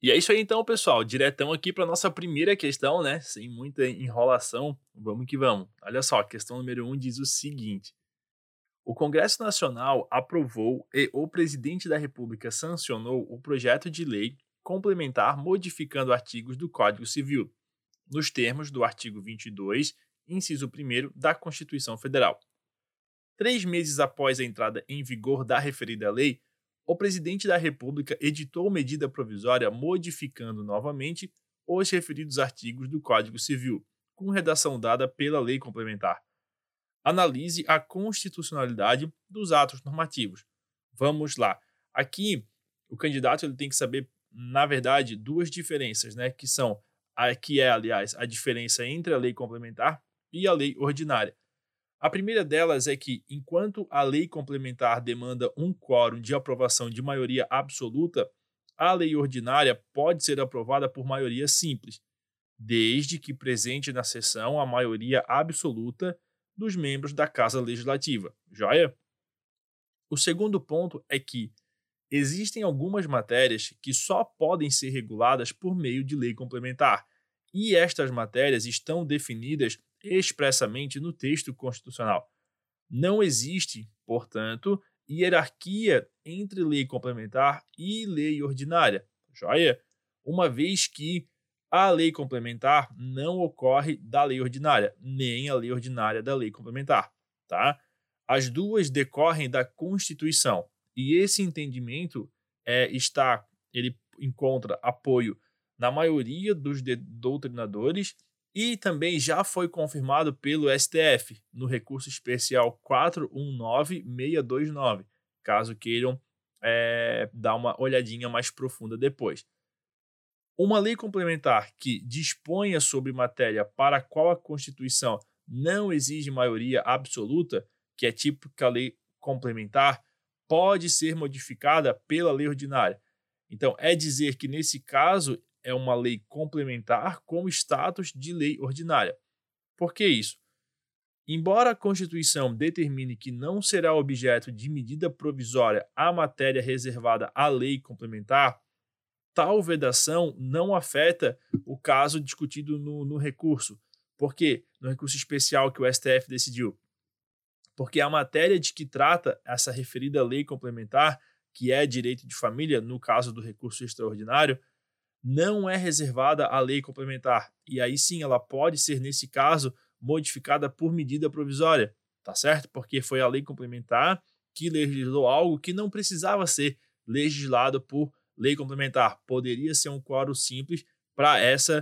E é isso aí então, pessoal. Diretão aqui para nossa primeira questão, né? Sem muita enrolação. Vamos que vamos. Olha só, a questão número um diz o seguinte: o Congresso Nacional aprovou e o presidente da República sancionou o projeto de lei complementar modificando artigos do Código Civil, nos termos do artigo 22, inciso 1 da Constituição Federal. 3 meses após a entrada em vigor da referida lei, o presidente da República editou medida provisória modificando novamente os referidos artigos do Código Civil, com redação dada pela lei complementar. Analise a constitucionalidade dos atos normativos. Vamos lá. Aqui, o candidato ele tem que saber, na verdade, duas diferenças, né? Que são aliás, a diferença entre a lei complementar e a lei ordinária. A primeira delas é que, enquanto a lei complementar demanda um quórum de aprovação de maioria absoluta, a lei ordinária pode ser aprovada por maioria simples, desde que presente na sessão a maioria absoluta dos membros da Casa Legislativa. Joia? O segundo ponto é que existem algumas matérias que só podem ser reguladas por meio de lei complementar, e estas matérias estão definidas expressamente no texto constitucional. Não existe, portanto, hierarquia entre lei complementar e lei ordinária, joia? Uma vez que a lei complementar não ocorre da lei ordinária, nem a lei ordinária da lei complementar, tá? As duas decorrem da Constituição, e esse entendimento ele encontra apoio na maioria dos doutrinadores e também já foi confirmado pelo STF no recurso especial 419629, caso queiram dar uma olhadinha mais profunda depois. Uma lei complementar que disponha sobre matéria para a qual a Constituição não exige maioria absoluta, que é típica lei complementar, pode ser modificada pela lei ordinária. Então, é dizer que, nesse caso, é uma lei complementar com status de lei ordinária. Por que isso? Embora a Constituição determine que não será objeto de medida provisória a matéria reservada à lei complementar, tal vedação não afeta o caso discutido no recurso. Por quê? No recurso especial que o STF decidiu. Porque a matéria de que trata essa referida lei complementar, que é direito de família, no caso do recurso extraordinário, não é reservada à lei complementar. E aí sim, ela pode ser, nesse caso, modificada por medida provisória, tá certo? Porque foi a lei complementar que legislou algo que não precisava ser legislado por lei complementar. Poderia ser um quórum simples para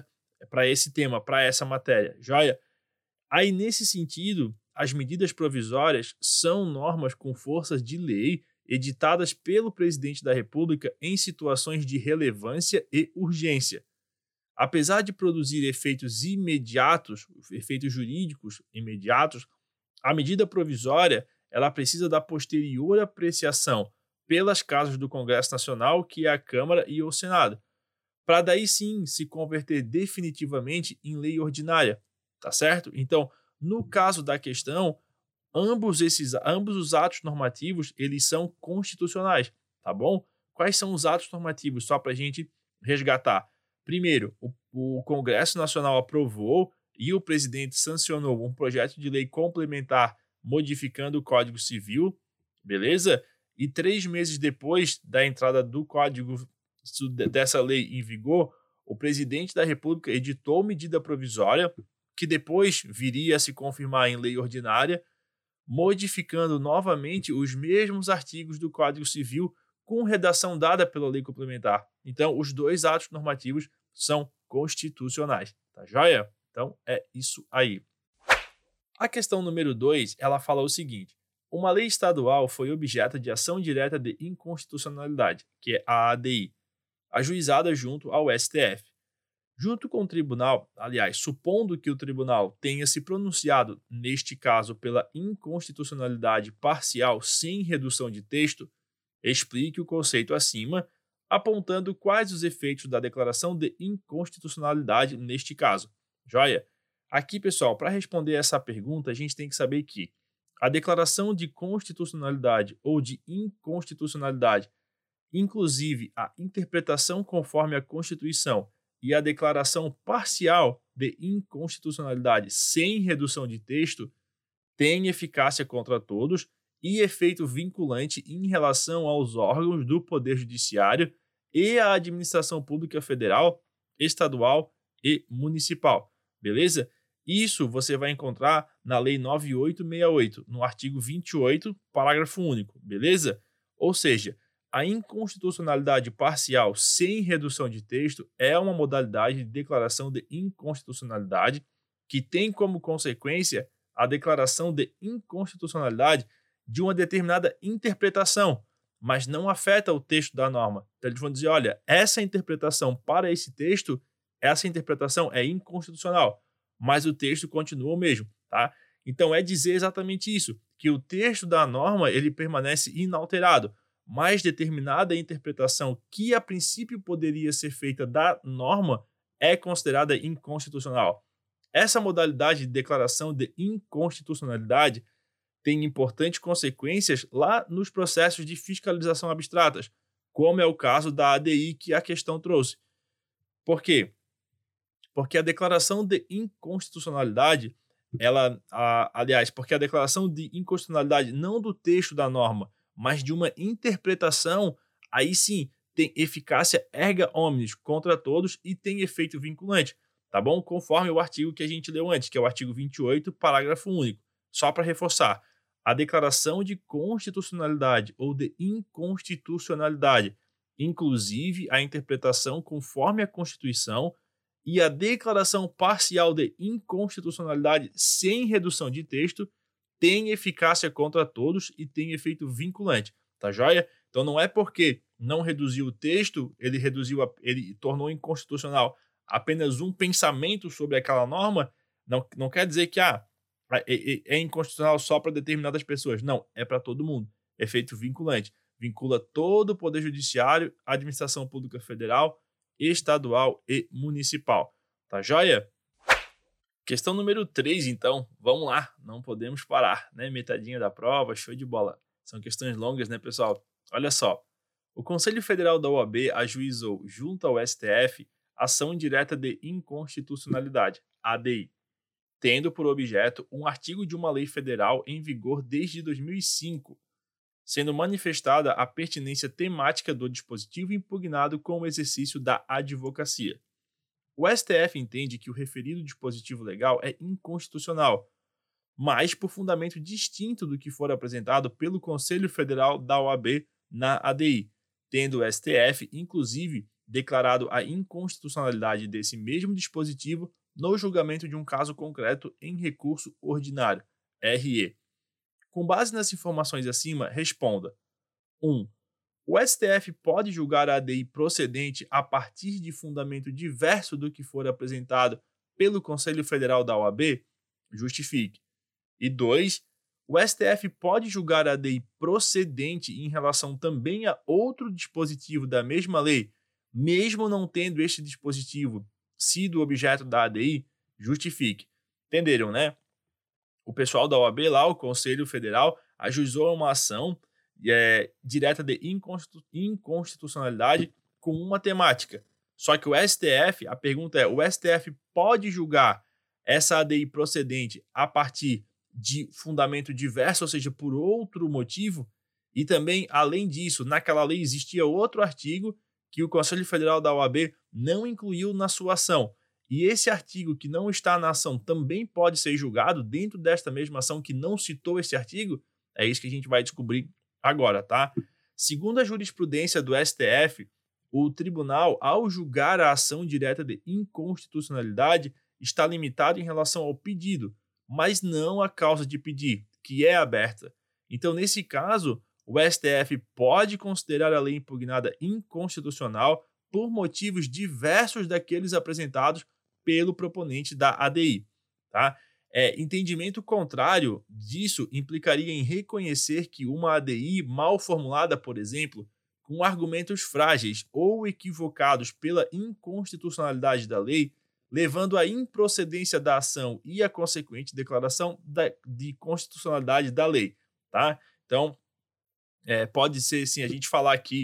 esse tema, para essa matéria. Joia? Aí, nesse sentido, as medidas provisórias são normas com forças de lei editadas pelo presidente da República em situações de relevância e urgência. Apesar de produzir efeitos imediatos, efeitos jurídicos imediatos, a medida provisória ela precisa da posterior apreciação pelas casas do Congresso Nacional, que é a Câmara e o Senado, para daí sim se converter definitivamente em lei ordinária, tá certo? Então, no caso da questão, ambos os atos normativos, eles são constitucionais, tá bom? Quais são os atos normativos? Só para a gente resgatar. Primeiro, o Congresso Nacional aprovou e o presidente sancionou um projeto de lei complementar modificando o Código Civil, beleza? E 3 meses depois da entrada do Código dessa lei em vigor, o presidente da República editou medida provisória, que depois viria a se confirmar em lei ordinária, modificando novamente os mesmos artigos do Código Civil com redação dada pela lei complementar. Então, os dois atos normativos são constitucionais, tá joia? Então, é isso aí. A questão número 2, ela fala o seguinte: uma lei estadual foi objeto de ação direta de inconstitucionalidade, que é a ADI, ajuizada junto ao STF. Junto com o tribunal, aliás, supondo que o tribunal tenha se pronunciado, neste caso, pela inconstitucionalidade parcial sem redução de texto, explique o conceito acima, apontando quais os efeitos da declaração de inconstitucionalidade neste caso. Joia? Aqui, pessoal, para responder essa pergunta, a gente tem que saber que a declaração de constitucionalidade ou de inconstitucionalidade inclusive a interpretação conforme a Constituição e a declaração parcial de inconstitucionalidade sem redução de texto, têm eficácia contra todos e efeito vinculante em relação aos órgãos do Poder Judiciário e à administração pública federal, estadual e municipal. Beleza? Isso você vai encontrar na Lei 9868, no artigo 28, parágrafo único. Beleza? Ou seja, a inconstitucionalidade parcial sem redução de texto é uma modalidade de declaração de inconstitucionalidade que tem como consequência a declaração de inconstitucionalidade de uma determinada interpretação, mas não afeta o texto da norma. Então, eles vão dizer, olha, essa interpretação para esse texto, essa interpretação é inconstitucional, mas o texto continua o mesmo, tá? Então, é dizer exatamente isso, que o texto da norma ele permanece inalterado, mas determinada interpretação que a princípio poderia ser feita da norma é considerada inconstitucional. Essa modalidade de declaração de inconstitucionalidade tem importantes consequências lá nos processos de fiscalização abstratas, como é o caso da ADI que a questão trouxe. Por quê? Porque a declaração de inconstitucionalidade, porque a declaração de inconstitucionalidade não do texto da norma, mas de uma interpretação, aí sim tem eficácia erga omnes contra todos e tem efeito vinculante, tá bom? Conforme o artigo que a gente leu antes, que é o artigo 28, parágrafo único. Só para reforçar, a declaração de constitucionalidade ou de inconstitucionalidade, inclusive a interpretação conforme a Constituição e a declaração parcial de inconstitucionalidade sem redução de texto, tem eficácia contra todos e tem efeito vinculante, tá joia? Então não é porque não reduziu o texto, ele tornou inconstitucional apenas um pensamento sobre aquela norma, não quer dizer que é inconstitucional só para determinadas pessoas. Não, é para todo mundo. Efeito vinculante. Vincula todo o Poder Judiciário, administração pública federal, estadual e municipal. Tá joia? Questão número 3, então. Vamos lá. Não podemos parar, né? Metadinha da prova, show de bola. São questões longas, né, pessoal? Olha só. O Conselho Federal da OAB ajuizou, junto ao STF, ação direta de inconstitucionalidade, ADI, tendo por objeto um artigo de uma lei federal em vigor desde 2005, sendo manifestada a pertinência temática do dispositivo impugnado com o exercício da advocacia. O STF entende que o referido dispositivo legal é inconstitucional, mas por fundamento distinto do que for apresentado pelo Conselho Federal da OAB na ADI, tendo o STF, inclusive, declarado a inconstitucionalidade desse mesmo dispositivo no julgamento de um caso concreto em recurso ordinário, RE. Com base nas informações acima, responda. 1. O STF pode julgar a ADI procedente a partir de fundamento diverso do que for apresentado pelo Conselho Federal da OAB? Justifique. E 2. O STF pode julgar a ADI procedente em relação também a outro dispositivo da mesma lei, mesmo não tendo este dispositivo sido objeto da ADI? Justifique. Entenderam, né? O pessoal da OAB lá, o Conselho Federal, ajuizou uma ação direta de inconstitucionalidade com uma temática. Só que o STF, a pergunta é, o STF pode julgar essa ADI procedente a partir de fundamento diverso, ou seja, por outro motivo? E também, além disso, naquela lei existia outro artigo que o Conselho Federal da OAB não incluiu na sua ação. E esse artigo que não está na ação também pode ser julgado dentro desta mesma ação que não citou esse artigo? É isso que a gente vai descobrir agora, tá? Segundo a jurisprudência do STF, o tribunal, ao julgar a ação direta de inconstitucionalidade, está limitado em relação ao pedido, mas não à causa de pedir, que é aberta. Então, nesse caso, o STF pode considerar a lei impugnada inconstitucional por motivos diversos daqueles apresentados pelo proponente da ADI, tá? Entendimento contrário disso implicaria em reconhecer que uma ADI mal formulada, por exemplo, com argumentos frágeis ou equivocados pela inconstitucionalidade da lei, levando à improcedência da ação e à consequente declaração de constitucionalidade da lei, tá? Então, pode ser, sim, a gente falar aqui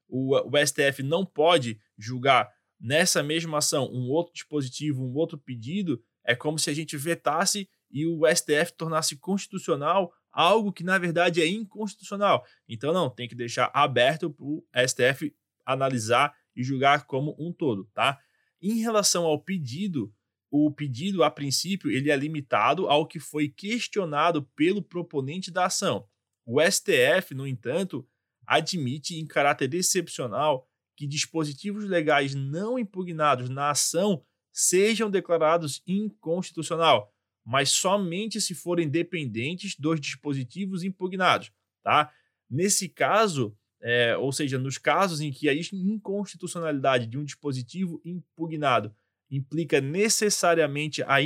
o STF não pode julgar nessa mesma ação um outro dispositivo, um outro pedido, é como se a gente vetasse e o STF tornasse constitucional algo que, na verdade, é inconstitucional. Então, não, tem que deixar aberto para o STF analisar e julgar como um todo, tá? Em relação ao pedido, o pedido, a princípio, ele é limitado ao que foi questionado pelo proponente da ação. O STF, no entanto, admite em caráter excepcional que dispositivos legais não impugnados na ação sejam declarados inconstitucional, mas somente se forem dependentes dos dispositivos impugnados, tá? Nesse caso, ou seja, nos casos em que a inconstitucionalidade de um dispositivo impugnado implica necessariamente a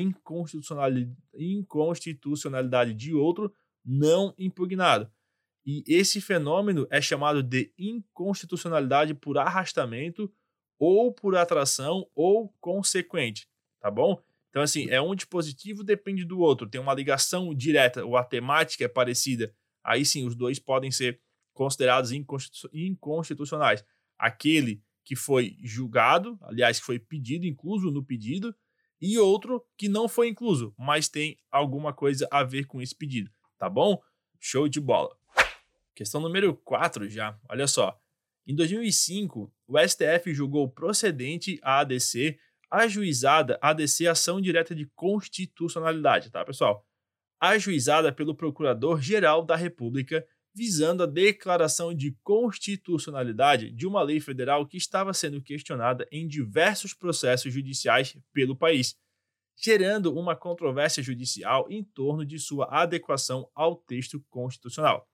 inconstitucionalidade de outro não impugnado. E esse fenômeno é chamado de inconstitucionalidade por arrastamento ou por atração ou consequente, tá bom? Então, assim, um dispositivo depende do outro, tem uma ligação direta ou a temática é parecida, aí sim os dois podem ser considerados inconstitucionais. Aquele que foi julgado, aliás, que foi pedido, incluso no pedido, e outro que não foi incluso, mas tem alguma coisa a ver com esse pedido, tá bom? Show de bola. Questão número 4 já, olha só. Em 2005, o STF julgou procedente a ADC, ajuizada ADC ação direta de constitucionalidade, tá, pessoal? Ajuizada pelo Procurador-Geral da República, visando a declaração de constitucionalidade de uma lei federal que estava sendo questionada em diversos processos judiciais pelo país, gerando uma controvérsia judicial em torno de sua adequação ao texto constitucional.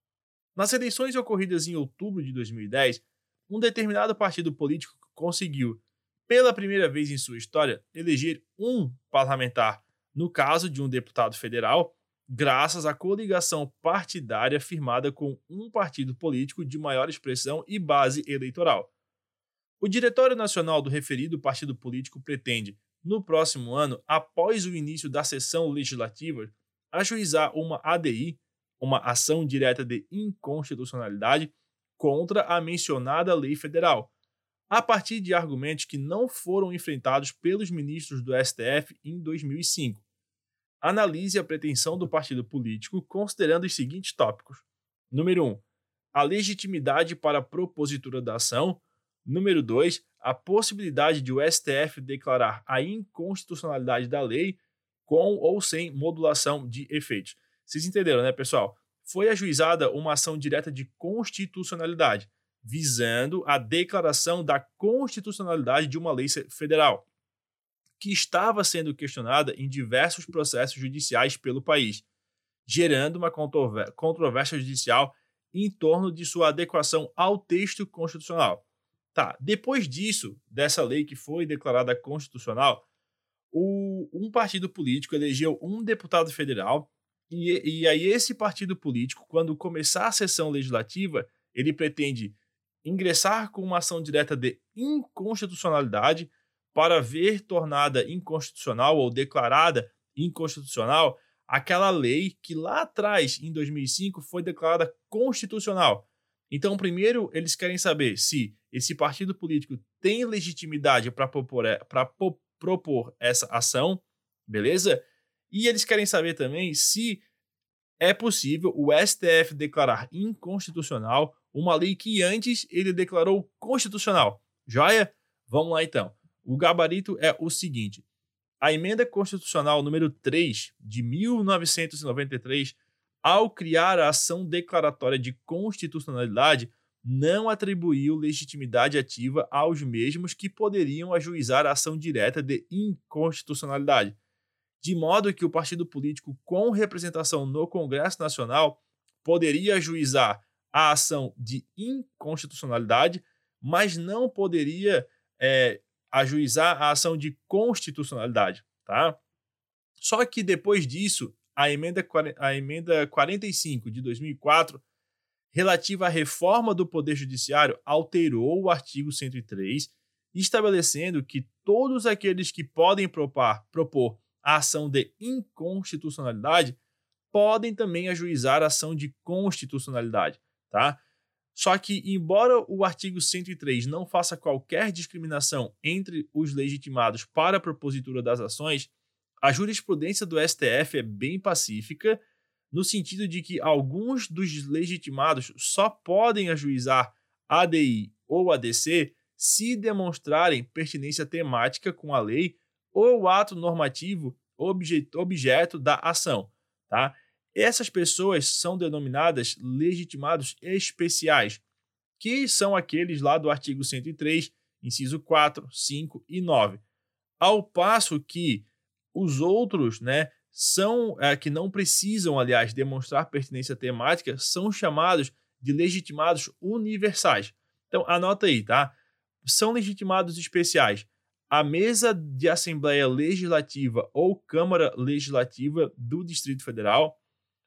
Nas eleições ocorridas em outubro de 2010, um determinado partido político conseguiu, pela primeira vez em sua história, eleger um parlamentar, no caso de um deputado federal, graças à coligação partidária firmada com um partido político de maior expressão e base eleitoral. O Diretório Nacional do referido partido político pretende, no próximo ano, após o início da sessão legislativa, ajuizar uma ADI, uma ação direta de inconstitucionalidade, contra a mencionada lei federal, a partir de argumentos que não foram enfrentados pelos ministros do STF em 2005. Analise a pretensão do partido político considerando os seguintes tópicos. Número 1. A legitimidade para a propositura da ação. Número 2. A possibilidade de o STF declarar a inconstitucionalidade da lei com ou sem modulação de efeitos. Vocês entenderam, né, pessoal? Foi ajuizada uma ação direta de constitucionalidade, visando a declaração da constitucionalidade de uma lei federal, que estava sendo questionada em diversos processos judiciais pelo país, gerando uma controvérsia judicial em torno de sua adequação ao texto constitucional. Tá, depois disso, dessa lei que foi declarada constitucional, um partido político elegeu um deputado federal e aí esse partido político, quando começar a sessão legislativa, ele pretende ingressar com uma ação direta de inconstitucionalidade para ver tornada inconstitucional ou declarada inconstitucional aquela lei que lá atrás, em 2005, foi declarada constitucional. Então, primeiro, eles querem saber se esse partido político tem legitimidade para propor essa ação, beleza? E eles querem saber também se é possível o STF declarar inconstitucional uma lei que antes ele declarou constitucional. Joia? Vamos lá então. O gabarito é o seguinte: a emenda constitucional número 3 de 1993, ao criar a ação declaratória de constitucionalidade, não atribuiu legitimidade ativa aos mesmos que poderiam ajuizar a ação direta de inconstitucionalidade, de modo que o partido político com representação no Congresso Nacional poderia ajuizar a ação de inconstitucionalidade, mas não poderia ajuizar a ação de constitucionalidade, tá? Só que depois disso, a emenda 45 de 2004, relativa à reforma do Poder Judiciário, alterou o artigo 103, estabelecendo que todos aqueles que podem propor a ação de inconstitucionalidade podem também ajuizar a ação de constitucionalidade, tá? Só que, embora o artigo 103 não faça qualquer discriminação entre os legitimados para a propositura das ações, a jurisprudência do STF é bem pacífica, no sentido de que alguns dos legitimados só podem ajuizar ADI ou ADC se demonstrarem pertinência temática com a lei ou o ato normativo objeto da ação, tá? Essas pessoas são denominadas legitimados especiais, que são aqueles lá do artigo 103, inciso 4, 5 e 9. Ao passo que os outros, né, que não precisam, aliás, demonstrar pertinência temática, são chamados de legitimados universais. Então, anota aí, tá? São legitimados especiais a mesa de Assembleia Legislativa ou Câmara Legislativa do Distrito Federal,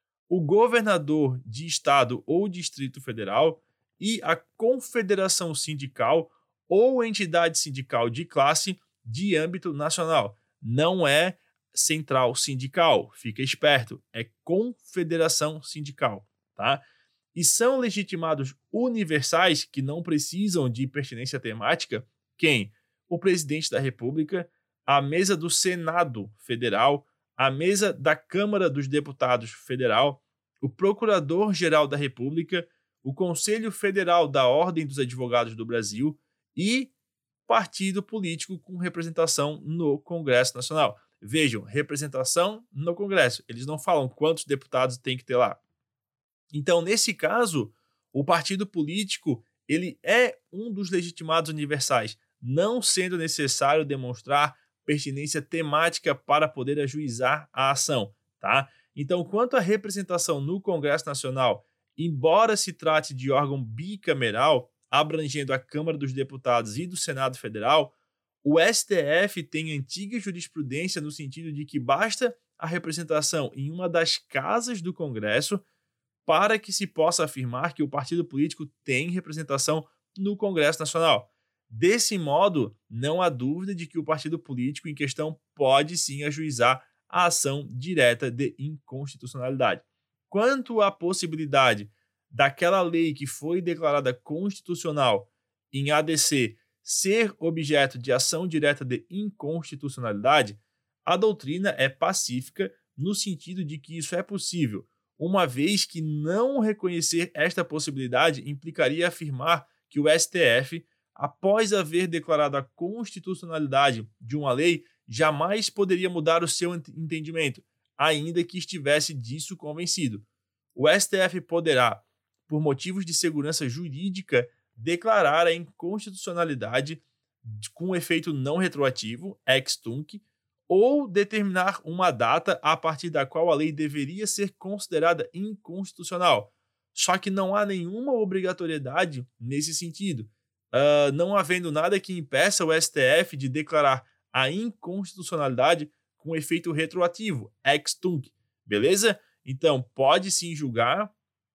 o governador de estado ou Distrito Federal e a confederação sindical ou entidade sindical de classe de âmbito nacional. Não é central sindical, fica esperto, é confederação sindical, tá? E são legitimados universais, que não precisam de pertinência temática, quem? O presidente da República, a mesa do Senado Federal, a mesa da Câmara dos Deputados Federal, o Procurador-Geral da República, o Conselho Federal da Ordem dos Advogados do Brasil e partido político com representação no Congresso Nacional. Vejam, representação no Congresso. Eles não falam quantos deputados tem que ter lá. Então, nesse caso, o partido político ele é um dos legitimados universais, não sendo necessário demonstrar pertinência temática para poder ajuizar a ação, tá? Então, quanto à representação no Congresso Nacional, embora se trate de órgão bicameral, abrangendo a Câmara dos Deputados e do Senado Federal, o STF tem antiga jurisprudência no sentido de que basta a representação em uma das casas do Congresso para que se possa afirmar que o partido político tem representação no Congresso Nacional. Desse modo, não há dúvida de que o partido político em questão pode sim ajuizar a ação direta de inconstitucionalidade. Quanto à possibilidade daquela lei que foi declarada constitucional em ADC ser objeto de ação direta de inconstitucionalidade, a doutrina é pacífica no sentido de que isso é possível, uma vez que não reconhecer esta possibilidade implicaria afirmar que o STF, após haver declarado a constitucionalidade de uma lei, jamais poderia mudar o seu entendimento, ainda que estivesse disso convencido. O STF poderá, por motivos de segurança jurídica, declarar a inconstitucionalidade com efeito não retroativo, ex tunc, ou determinar uma data a partir da qual a lei deveria ser considerada inconstitucional. Só que não há nenhuma obrigatoriedade nesse sentido, não havendo nada que impeça o STF de declarar a inconstitucionalidade com efeito retroativo, ex tunc, beleza? Então, pode sim julgar,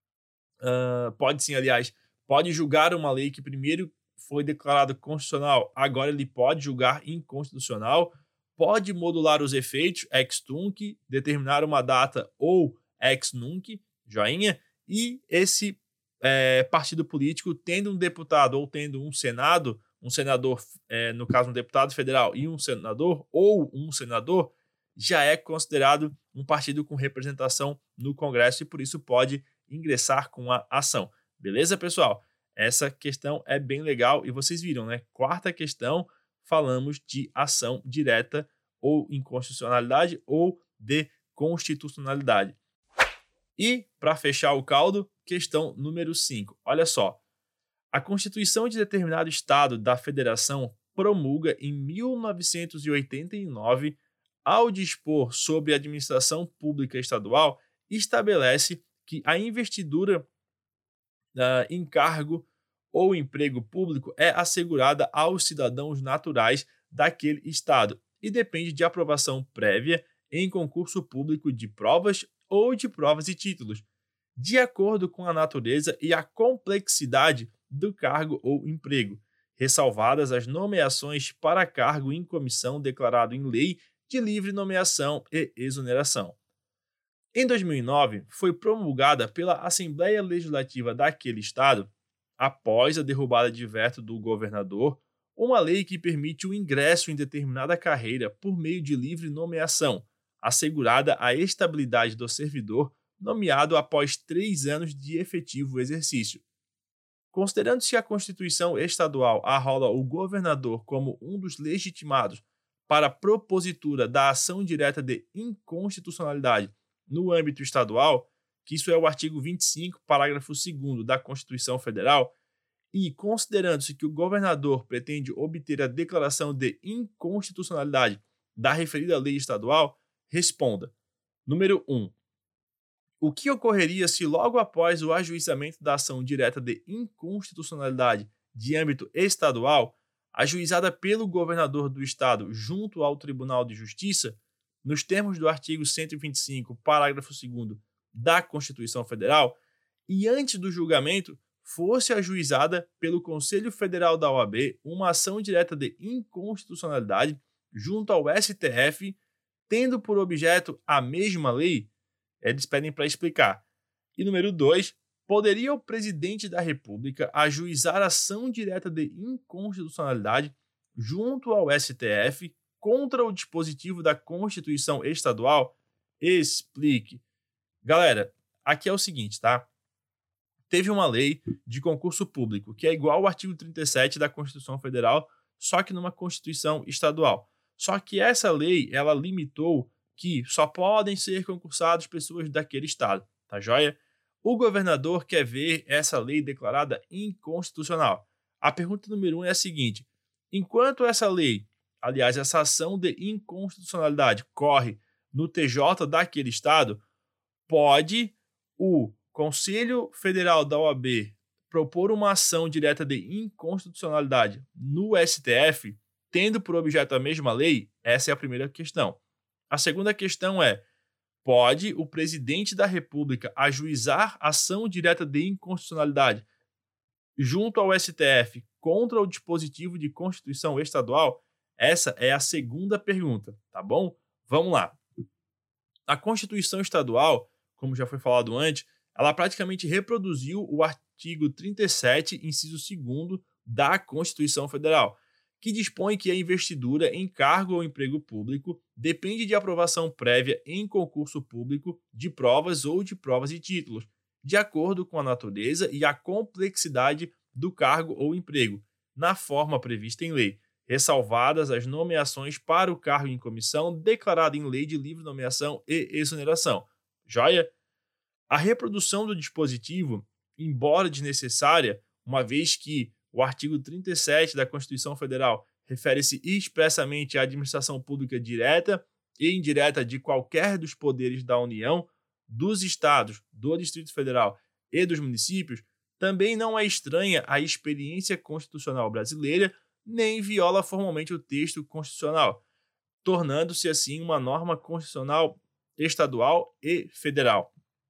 pode julgar uma lei que primeiro foi declarada constitucional, agora ele pode julgar inconstitucional, pode modular os efeitos, ex tunc, determinar uma data ou ex nunc, joinha, e esse partido político, tendo um deputado ou tendo um senador, no caso um deputado federal e um senador, ou um senador, já é considerado um partido com representação no Congresso e por isso pode ingressar com a ação. Beleza, pessoal? Essa questão é bem legal e vocês viram, né? Quarta questão, falamos de ação direta ou inconstitucionalidade ou de constitucionalidade. E, para fechar o caldo, questão número 5. Olha só. A Constituição de determinado Estado da Federação promulga em 1989, ao dispor sobre a administração pública estadual, estabelece que a investidura em cargo ou emprego público é assegurada aos cidadãos naturais daquele Estado e depende de aprovação prévia em concurso público de provas ou de provas e títulos, de acordo com a natureza e a complexidade do cargo ou emprego, ressalvadas as nomeações para cargo em comissão declarado em lei de livre nomeação e exoneração. Em 2009, foi promulgada pela Assembleia Legislativa daquele Estado após a derrubada de veto do governador, uma lei que permite o ingresso em determinada carreira por meio de livre nomeação, assegurada a estabilidade do servidor nomeado após 3 anos de efetivo exercício. Considerando-se a Constituição Estadual arrola o governador como um dos legitimados para a propositura da ação direta de inconstitucionalidade no âmbito estadual, que isso é o artigo 25, parágrafo 2º da Constituição Federal, e considerando-se que o governador pretende obter a declaração de inconstitucionalidade da referida lei estadual, responda. Número 1. O que ocorreria se logo após o ajuizamento da ação direta de inconstitucionalidade de âmbito estadual, ajuizada pelo governador do estado junto ao Tribunal de Justiça, nos termos do artigo 125, parágrafo 2º da Constituição Federal, e antes do julgamento fosse ajuizada pelo Conselho Federal da OAB uma ação direta de inconstitucionalidade junto ao STF, tendo por objeto a mesma lei? Eles pedem para explicar. E número 2, poderia o presidente da República ajuizar ação direta de inconstitucionalidade junto ao STF contra o dispositivo da Constituição Estadual? Explique. Galera, aqui é o seguinte, tá? Teve uma lei de concurso público, que é igual ao artigo 37 da Constituição Federal, só que numa Constituição estadual. Só que essa lei, ela limitou que só podem ser concursadas pessoas daquele estado, tá joia? O governador quer ver essa lei declarada inconstitucional. A pergunta número 1 é a seguinte: enquanto essa lei, aliás, essa ação de inconstitucionalidade corre no TJ daquele estado, pode o Conselho Federal da OAB propor uma ação direta de inconstitucionalidade no STF, tendo por objeto a mesma lei? Essa é a primeira questão. A segunda questão é: pode o presidente da República ajuizar ação direta de inconstitucionalidade junto ao STF contra o dispositivo de Constituição Estadual? Essa é a segunda pergunta, tá bom? Vamos lá. A Constituição Estadual, como já foi falado antes, ela praticamente reproduziu o artigo 37, inciso 2º da Constituição Federal, que dispõe que a investidura em cargo ou emprego público depende de aprovação prévia em concurso público de provas ou de provas e títulos, de acordo com a natureza e a complexidade do cargo ou emprego, na forma prevista em lei, ressalvadas as nomeações para o cargo em comissão declarada em lei de livre nomeação e exoneração. Joia? A reprodução do dispositivo, embora desnecessária, uma vez que o artigo 37 da Constituição Federal refere-se expressamente à administração pública direta e indireta de qualquer dos poderes da União, dos estados, do Distrito Federal e dos municípios, também não é estranha à experiência constitucional brasileira, nem viola formalmente o texto constitucional, tornando-se assim uma norma constitucional estadual e federal.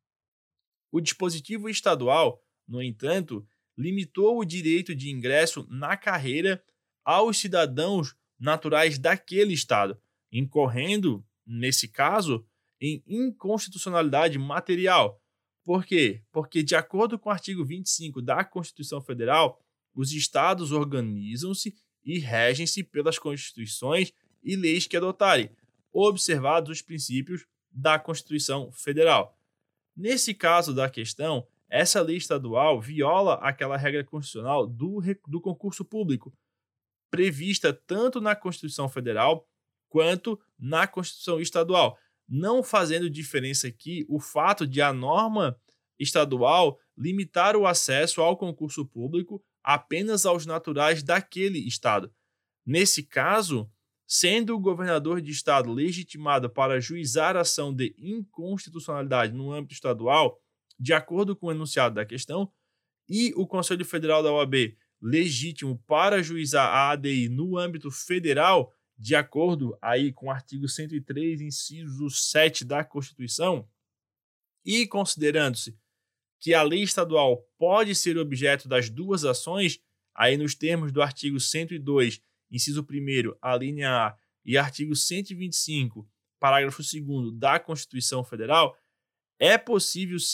O dispositivo estadual, no entanto, limitou o direito de ingresso na carreira aos cidadãos naturais daquele estado, incorrendo, nesse caso, em inconstitucionalidade material. Por quê? Porque, de acordo com o artigo 25 da Constituição Federal, os estados organizam-se e regem-se pelas constituições e leis que adotarem, observados os princípios da Constituição Federal. Nesse caso da questão, essa lei estadual viola aquela regra constitucional do concurso público, prevista tanto na Constituição Federal quanto na Constituição Estadual, não fazendo diferença aqui o fato de a norma estadual limitar o acesso ao concurso público apenas aos naturais daquele estado. Nesse caso, sendo o governador de estado legitimado para juizar ação de inconstitucionalidade no âmbito estadual, de acordo com o enunciado da questão, e o Conselho Federal da OAB legítimo para juizar a ADI no âmbito federal, de acordo aí com o artigo 103, inciso 7 da Constituição, e considerando-se que a lei estadual pode ser objeto das duas ações, aí nos termos do artigo 102, inciso 1º, a linha A, e artigo 125, parágrafo 2º da Constituição Federal, é possível sim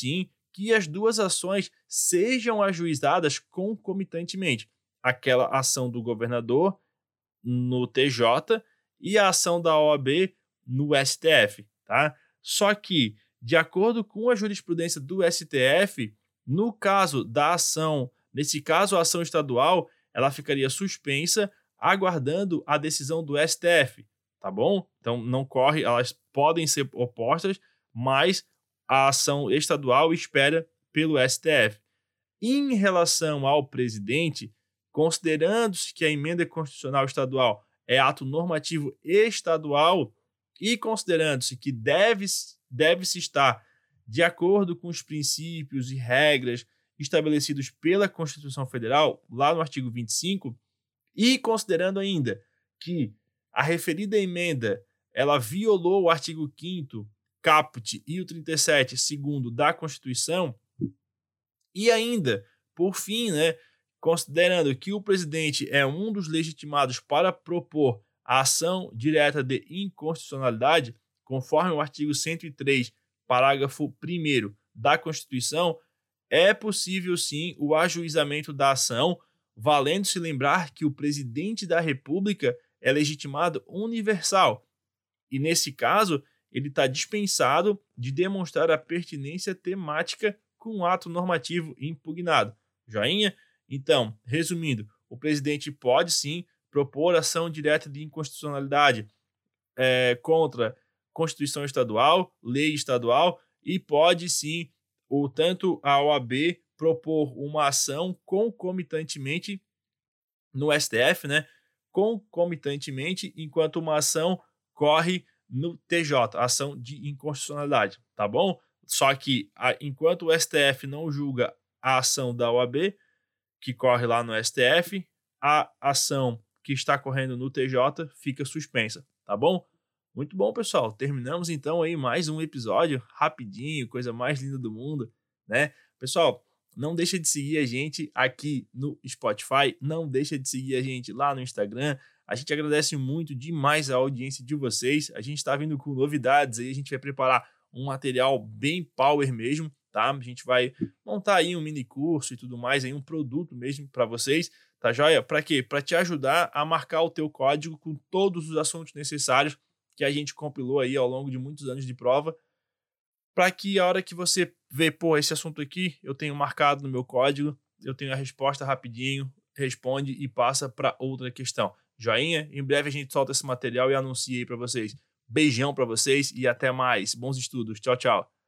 que as duas ações sejam ajuizadas concomitantemente. Aquela ação do governador no TJ e a ação da OAB no STF, tá? Só que, de acordo com a jurisprudência do STF, no caso da ação, nesse caso a ação estadual, ela ficaria suspensa aguardando a decisão do STF, tá bom? Então não corre, elas podem ser opostas, mas a ação estadual espera pelo STF. Em relação ao presidente, considerando-se que a emenda constitucional estadual é ato normativo estadual e considerando-se que deve-se estar de acordo com os princípios e regras estabelecidos pela Constituição Federal, lá no artigo 25, e considerando ainda que a referida emenda ela violou o artigo 5º, caput e o 37, segundo da Constituição, e ainda, por fim, considerando que o presidente é um dos legitimados para propor a ação direta de inconstitucionalidade, conforme o artigo 103, parágrafo 1º da Constituição, é possível sim o ajuizamento da ação, valendo-se lembrar que o presidente da República é legitimado universal, e nesse caso ele está dispensado de demonstrar a pertinência temática com o ato normativo impugnado. Joinha? Então, resumindo, o presidente pode sim propor ação direta de inconstitucionalidade contra Constituição Estadual, lei estadual, e pode sim, tanto a OAB propor uma ação concomitantemente no STF, concomitantemente, enquanto uma ação corre no TJ, ação de inconstitucionalidade, tá bom? Só que, enquanto o STF não julga a ação da OAB, que corre lá no STF, a ação que está correndo no TJ fica suspensa, tá bom? Muito bom, pessoal. Terminamos então aí mais um episódio rapidinho, coisa mais linda do mundo, né? Pessoal, não deixa de seguir a gente aqui no Spotify, não deixa de seguir a gente lá no Instagram. A gente agradece muito demais a audiência de vocês. A gente está vindo com novidades aí, a gente vai preparar um material bem power mesmo, tá? A gente vai montar aí um mini curso e tudo mais, aí um produto mesmo para vocês, tá joia? Para quê? Para te ajudar a marcar o teu código com todos os assuntos necessários que a gente compilou aí ao longo de muitos anos de prova, para que a hora que você vê, esse assunto aqui, eu tenho marcado no meu código, eu tenho a resposta rapidinho, responde e passa para outra questão. Joinha? Em breve a gente solta esse material e anuncia aí para vocês. Beijão para vocês e até mais. Bons estudos. Tchau, tchau.